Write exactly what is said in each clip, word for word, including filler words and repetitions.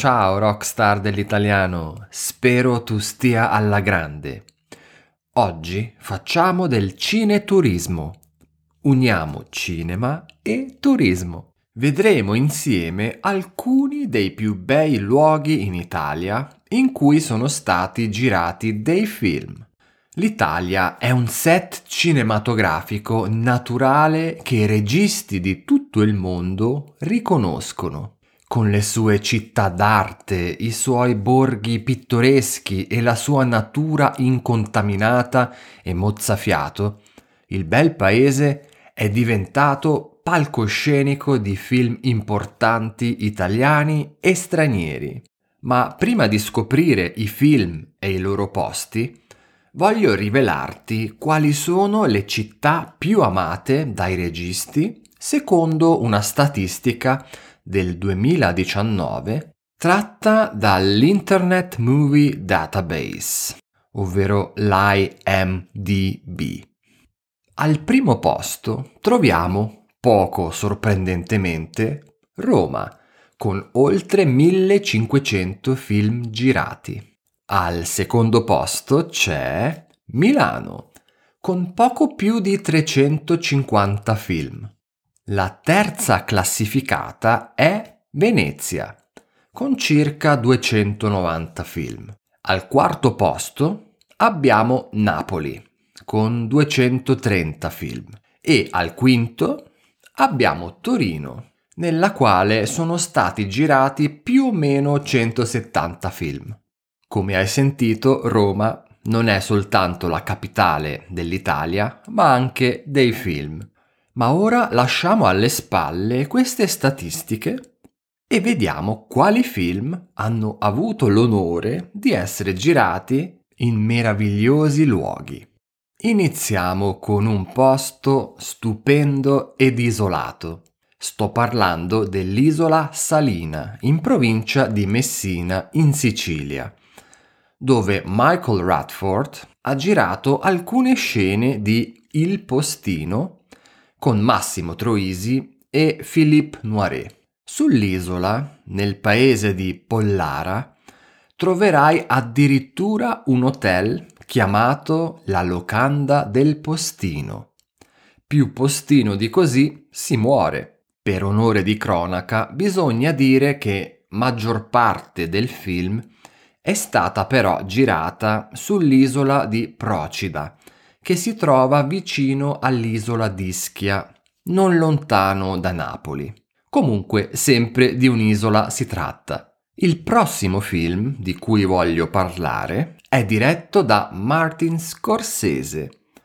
Ciao rockstar dell'italiano, spero tu stia alla grande. Oggi facciamo del cineturismo. Uniamo cinema e turismo. Vedremo insieme alcuni dei più bei luoghi in Italia in cui sono stati girati dei film. L'Italia è un set cinematografico naturale che i registi di tutto il mondo riconoscono. Con le sue città d'arte, i suoi borghi pittoreschi e la sua natura incontaminata e mozzafiato, il bel paese è diventato palcoscenico di film importanti italiani e stranieri. Ma prima di scoprire i film e i loro posti, voglio rivelarti quali sono le città più amate dai registi secondo una statistica del duemiladiciannove tratta dall'Internet Movie Database, ovvero l'I M D B. Al primo posto troviamo, poco sorprendentemente, Roma, con oltre millecinquecento film girati. Al secondo posto c'è Milano, con poco più di trecentocinquanta film. La terza classificata è Venezia, con circa duecentonovanta film. Al quarto posto abbiamo Napoli, con duecentotrenta film. E al quinto abbiamo Torino, nella quale sono stati girati più o meno centosettanta film. Come hai sentito, Roma non è soltanto la capitale dell'Italia, ma anche dei film. Ma ora lasciamo alle spalle queste statistiche e vediamo quali film hanno avuto l'onore di essere girati in meravigliosi luoghi. Iniziamo con un posto stupendo ed isolato. Sto parlando dell'isola Salina, in provincia di Messina, in Sicilia, dove Michael Radford ha girato alcune scene di Il Postino con Massimo Troisi e Philippe Noiret. Sull'isola, nel paese di Pollara, troverai addirittura un hotel chiamato La Locanda del Postino. Più postino di così si muore. Per onore di cronaca bisogna dire che maggior parte del film è stata però girata sull'isola di Procida, che si trova vicino all'isola d'Ischia, non lontano da Napoli. Comunque, sempre di un'isola si tratta. Il prossimo film di cui voglio parlare è diretto da Martin Scorsese,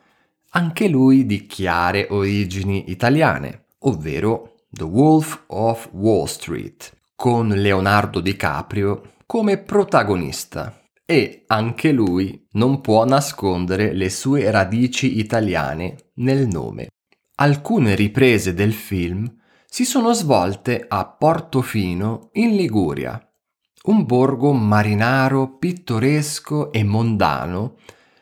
anche lui di chiare origini italiane, ovvero The Wolf of Wall Street, con Leonardo DiCaprio come protagonista. E anche lui non può nascondere le sue radici italiane nel nome. Alcune riprese del film si sono svolte a Portofino in Liguria, un borgo marinaro pittoresco e mondano,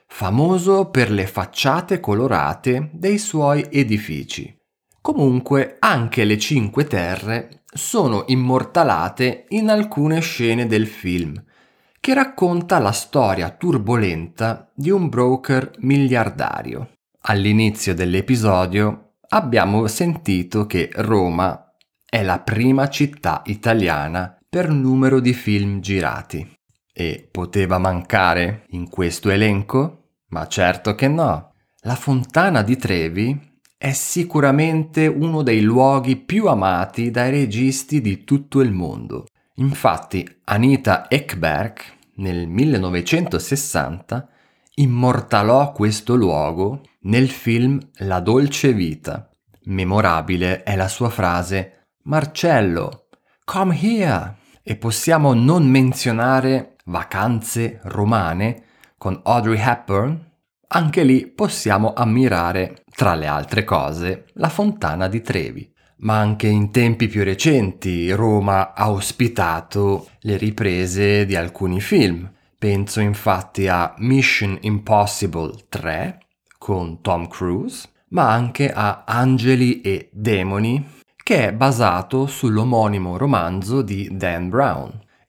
famoso per le facciate colorate dei suoi edifici. Comunque anche le Cinque Terre sono immortalate in alcune scene del film, che racconta la storia turbolenta di un broker miliardario. All'inizio dell'episodio abbiamo sentito che Roma è la prima città italiana per numero di film girati. E poteva mancare in questo elenco? Ma certo che no. La Fontana di Trevi è sicuramente uno dei luoghi più amati dai registi di tutto il mondo. Infatti Anita Ekberg nel millenovecentosessanta immortalò questo luogo nel film La dolce vita. Memorabile è la sua frase «Marcello, come here!» E possiamo non menzionare Vacanze romane con Audrey Hepburn. Anche lì possiamo ammirare, tra le altre cose, la Fontana di Trevi. Ma anche in tempi più recenti Roma ha ospitato le riprese di alcuni film. Penso infatti a Mission Impossible tre con Tom Cruise, ma anche a Angeli e Demoni, che è basato sull'omonimo romanzo di Dan Brown.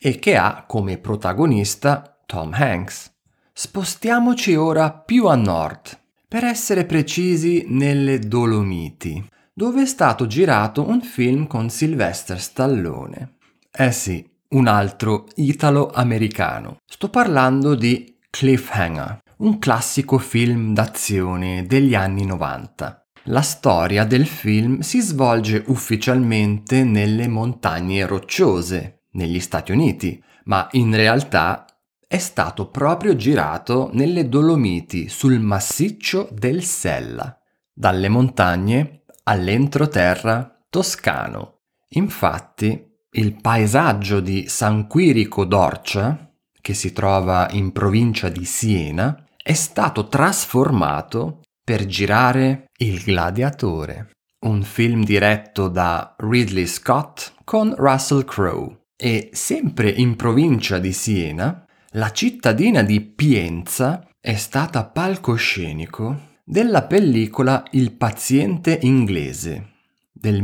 e che ha come protagonista Tom Hanks. Spostiamoci ora più a nord, per essere precisi nelle Dolomiti, dove è stato girato un film con Sylvester Stallone. Eh sì, un altro italo-americano. Sto parlando di Cliffhanger, un classico film d'azione degli anni novanta. La storia del film si svolge ufficialmente nelle montagne rocciose, negli Stati Uniti, ma in realtà è stato proprio girato nelle Dolomiti, sul massiccio del Sella, dalle montagne all'entroterra toscano. Infatti, il paesaggio di San Quirico d'Orcia, che si trova in provincia di Siena, è stato trasformato per girare Il Gladiatore, un film diretto da Ridley Scott con Russell Crowe. E sempre in provincia di Siena, la cittadina di Pienza è stata palcoscenico della pellicola Il paziente inglese del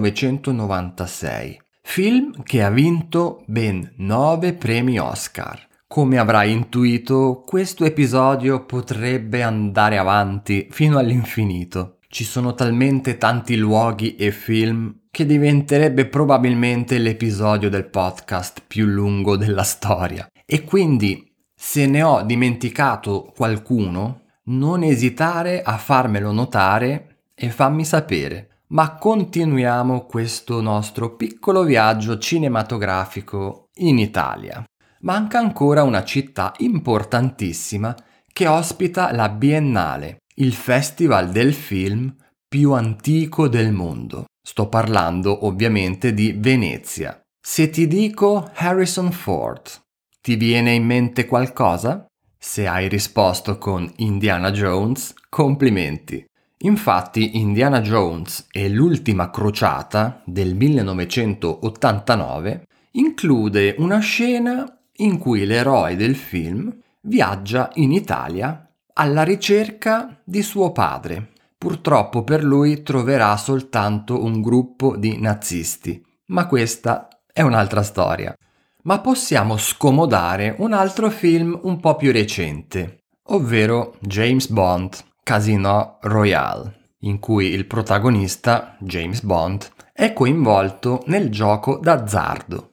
millenovecentonovantasei, film che ha vinto ben nove premi Oscar. Come avrai intuito, questo episodio potrebbe andare avanti fino all'infinito. Ci sono talmente tanti luoghi e film che diventerebbe probabilmente l'episodio del podcast più lungo della storia. E quindi, se ne ho dimenticato qualcuno, non esitare a farmelo notare e fammi sapere. Ma continuiamo questo nostro piccolo viaggio cinematografico in Italia. Manca ancora una città importantissima che ospita la Biennale, il festival del film più antico del mondo. Sto parlando ovviamente di Venezia. Se ti dico Harrison Ford, ti viene in mente qualcosa? Se hai risposto con Indiana Jones, complimenti. Infatti Indiana Jones e l'ultima crociata del millenovecentottantanove include una scena in cui l'eroe del film viaggia in Italia alla ricerca di suo padre. Purtroppo per lui troverà soltanto un gruppo di nazisti, ma questa è un'altra storia. Ma possiamo scomodare un altro film un po' più recente, ovvero James Bond, Casino Royale, in cui il protagonista, James Bond, è coinvolto nel gioco d'azzardo.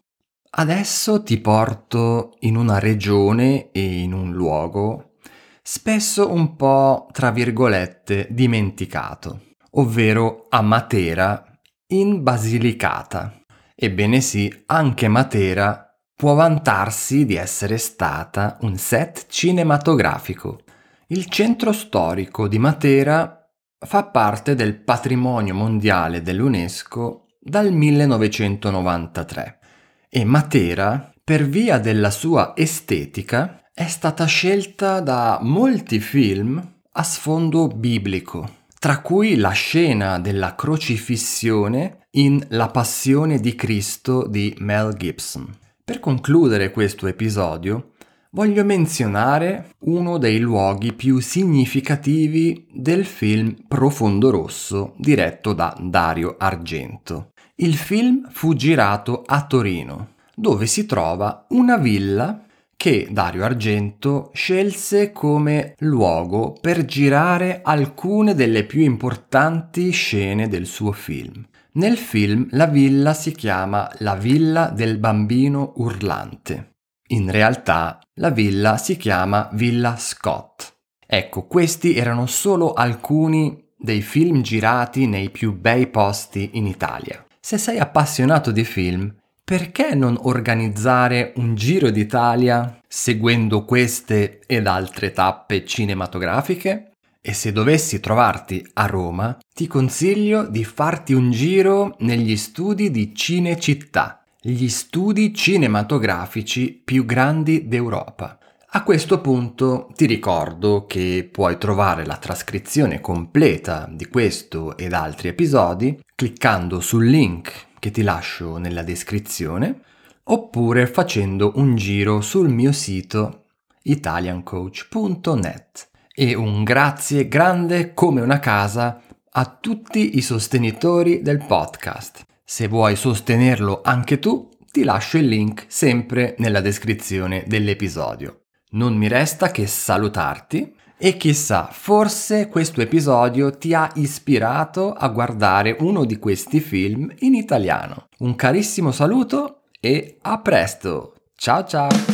Adesso ti porto in una regione e in un luogo spesso un po', tra virgolette, dimenticato, ovvero a Matera, in Basilicata. Ebbene sì, anche Matera può vantarsi di essere stata un set cinematografico. Il centro storico di Matera fa parte del patrimonio mondiale dell'UNESCO dal millenovecentonovantatré. E Matera, per via della sua estetica, è stata scelta da molti film a sfondo biblico, tra cui la scena della crocifissione in La Passione di Cristo di Mel Gibson. Per concludere questo episodio, voglio menzionare uno dei luoghi più significativi del film Profondo Rosso, diretto da Dario Argento. Il film fu girato a Torino, dove si trova una villa che Dario Argento scelse come luogo per girare alcune delle più importanti scene del suo film. Nel film la villa si chiama la Villa del Bambino Urlante. In realtà la villa si chiama Villa Scott. Ecco, questi erano solo alcuni dei film girati nei più bei posti in Italia. Se sei appassionato di film, perché non organizzare un giro d'Italia seguendo queste ed altre tappe cinematografiche? E se dovessi trovarti a Roma, ti consiglio di farti un giro negli studi di Cinecittà, gli studi cinematografici più grandi d'Europa. A questo punto ti ricordo che puoi trovare la trascrizione completa di questo ed altri episodi cliccando sul link che ti lascio nella descrizione oppure facendo un giro sul mio sito italian coach punto net. E un grazie grande come una casa a tutti i sostenitori del podcast. Se vuoi sostenerlo anche tu, ti lascio il link sempre nella descrizione dell'episodio. Non mi resta che salutarti e chissà, forse questo episodio ti ha ispirato a guardare uno di questi film in italiano. Un carissimo saluto e a presto! Ciao ciao!